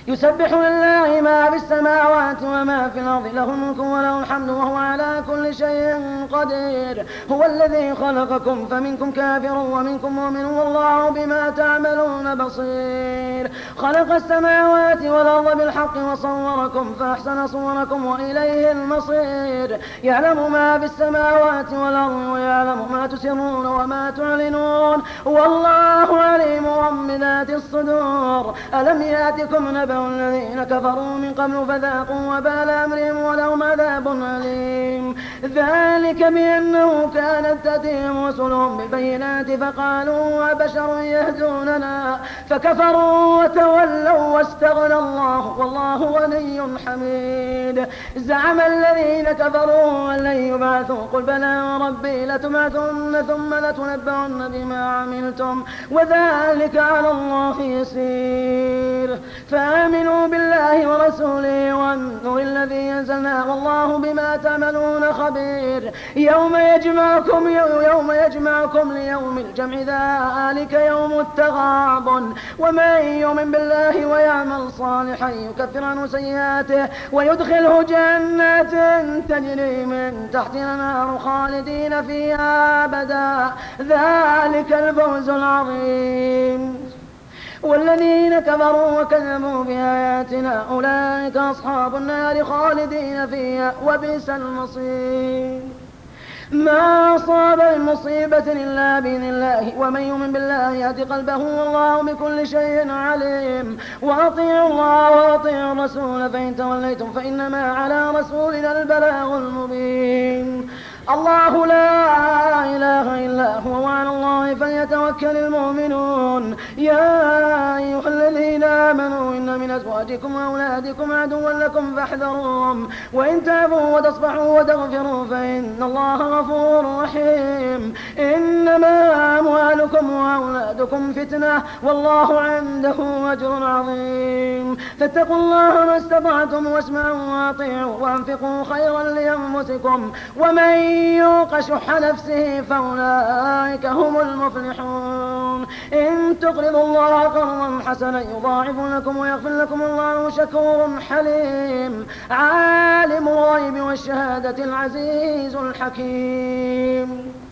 يسبح لله ما في السماوات وما في الأرض، له الملك وله الحمد وهو على كل شيء قدير. هو الذي خلقكم فمنكم كافر ومنكم مؤمن والله بما تعملون بصير. خلق السماوات والأرض بالحق وصوركم فأحسن صوركم وإليه المصير. يعلم ما في السماوات والأرض ويعلم ما تسرون وما تعلنون والله عليم بذات الصدور. ألم يأتكم نبأ الذين كفروا من قبل فذاقوا وبال أمرهم ولهم عذاب أليم. ذلك بأنه كانت تأتيهم رسلهم بالبينات فقالوا أبشر يهدوننا فكفروا وتولوا واستغنى الله والله غني حميد. زعم الذين كفروا أن لن يبعثوا قل بلى وربي لتبعثن ثم لتنبؤن بما عملتم وذلك على الله يسير. فآمنوا بالله ورسوله والنور الذي أنزلنا والله بما تعملون خبير. يوم يجمعكم ليوم الجمع ذلك يوم التغابن. ومن يؤمن بالله ويعمل صالحا يكفر عنه سيئاته ويدخله جنات تجري من تحتها الأنهار خالدين فيها أبدا ذلك الفوز العظيم. والذين كفروا وكذبوا بآياتنا أولئك أصحاب النار خالدين فيها وبئس المصير. ما أصاب من مصيبة إلا بإذن الله ومن يؤمن بالله يهد قلبه والله بكل شيء عليم. وأطيعوا الله وأطيعوا الرسول فإن توليتم فإنما على رسولنا البلاغ المبين. الله لا إله إلا هو وعلى الله فليتوكل المؤمنون. يا أيها الذين آمنوا إن من أزواجكم وأولادكم عدوا لكم فاحذروهم وإن تعفوا وتصفحوا وتغفروا فإن الله غفور رحيم. إنما أموالكم وأولادكم فتنة والله عنده أجر عظيم. فاتقوا الله ما استطعتم واسمعوا وأطيعوا وأنفقوا خيرا لأنفسكم ومن يوق شح نفسه فأولئك هم المفلحون. إن تقرضوا الله قرضا حسنا يضاعف لكم ويغفر لكم الله شكور حليم. عالم الغيب والشهادة العزيز الحكيم.